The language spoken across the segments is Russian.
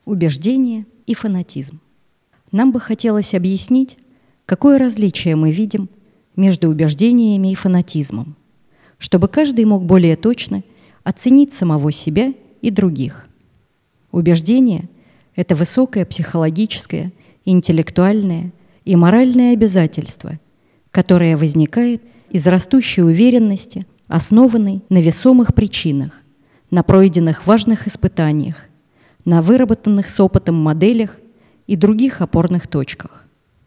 убеждение и фанатизм. Нам бы хотелось объяснить, какое различие мы видим между убеждениями и фанатизмом, чтобы каждый мог более точно оценить самого себя и других. Убеждение – это высокое психологическое, интеллектуальное и моральное обязательство, которое возникает из растущей уверенности, основанной на весомых причинах, на пройденных важных испытаниях, на выработанных с опытом моделях и других опорных точках.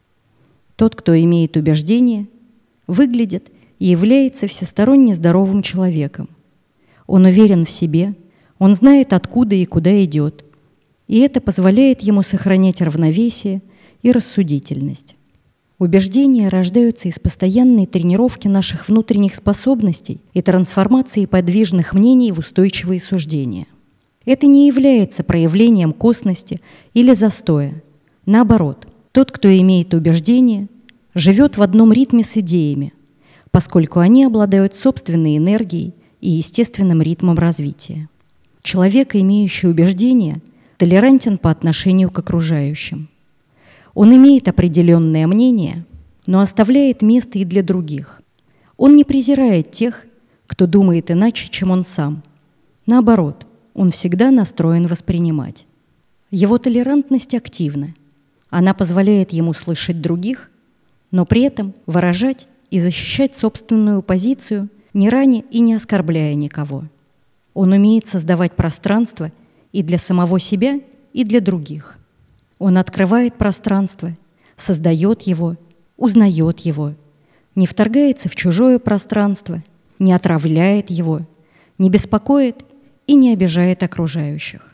Тот, кто имеет убеждение, выглядит и является всесторонне здоровым человеком. Он уверен в себе, он знает, откуда и куда идет, и это позволяет ему сохранять равновесие и рассудительность. Убеждения рождаются из постоянной тренировки наших внутренних способностей и трансформации подвижных мнений в устойчивые суждения. Это не является проявлением косности или застоя. Наоборот, тот, кто имеет убеждения, живет в одном ритме с идеями, поскольку они обладают собственной энергией и естественным ритмом развития. Человек, имеющий убеждения, толерантен по отношению к окружающим. Он имеет определенное мнение, но оставляет место и для других. Он не презирает тех, кто думает иначе, чем он сам. Наоборот, он всегда настроен воспринимать. Его толерантность активна. Она позволяет ему слышать других, но при этом выражать и защищать собственную позицию, не раня и не оскорбляя никого. Он умеет создавать пространство и для самого себя, и для других. Он открывает пространство, создает его, узнает его, не вторгается в чужое пространство, не отравляет его, не беспокоит и не обижает окружающих.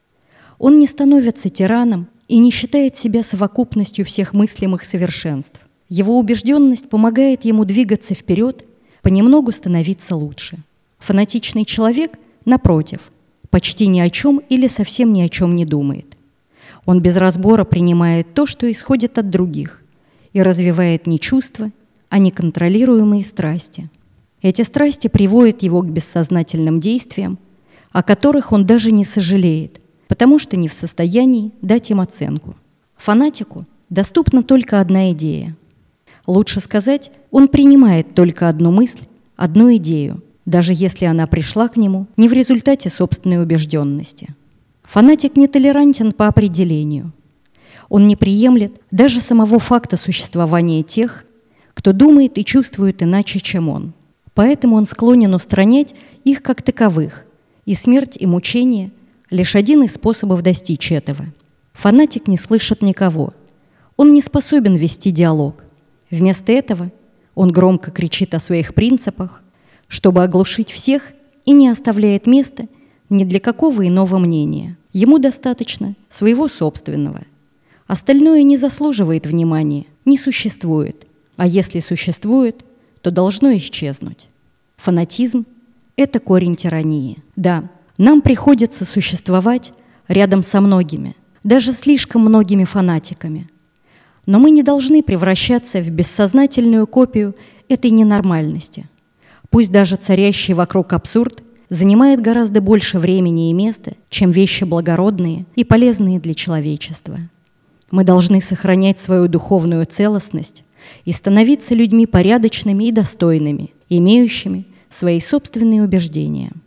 Он не становится тираном и не считает себя совокупностью всех мыслимых совершенств. Его убежденность помогает ему двигаться вперед, понемногу становиться лучше. Фанатичный человек, напротив, почти ни о чем или совсем ни о чем не думает. Он без разбора принимает то, что исходит от других, и развивает не чувства, а неконтролируемые страсти. Эти страсти приводят его к бессознательным действиям, о которых он даже не сожалеет, потому что не в состоянии дать им оценку. Фанатику доступна только одна идея. Лучше сказать, он принимает только одну мысль, одну идею, даже если она пришла к нему не в результате собственной убежденности. Фанатик нетолерантен по определению. Он не приемлет даже самого факта существования тех, кто думает и чувствует иначе, чем он. Поэтому он склонен устранять их как таковых, и смерть и мучение – лишь один из способов достичь этого. Фанатик не слышит никого. Он не способен вести диалог. Вместо этого он громко кричит о своих принципах, чтобы оглушить всех, и не оставляет места ни для какого иного мнения. Ему достаточно своего собственного. Остальное не заслуживает внимания, не существует. А если существует, то должно исчезнуть. Фанатизм – это корень тирании. Да, нам приходится существовать рядом со многими, даже слишком многими фанатиками. Но мы не должны превращаться в бессознательную копию этой ненормальности. Пусть даже царящий вокруг абсурд занимает гораздо больше времени и места, чем вещи благородные и полезные для человечества. Мы должны сохранять свою духовную целостность и становиться людьми порядочными и достойными, имеющими свои собственные убеждения.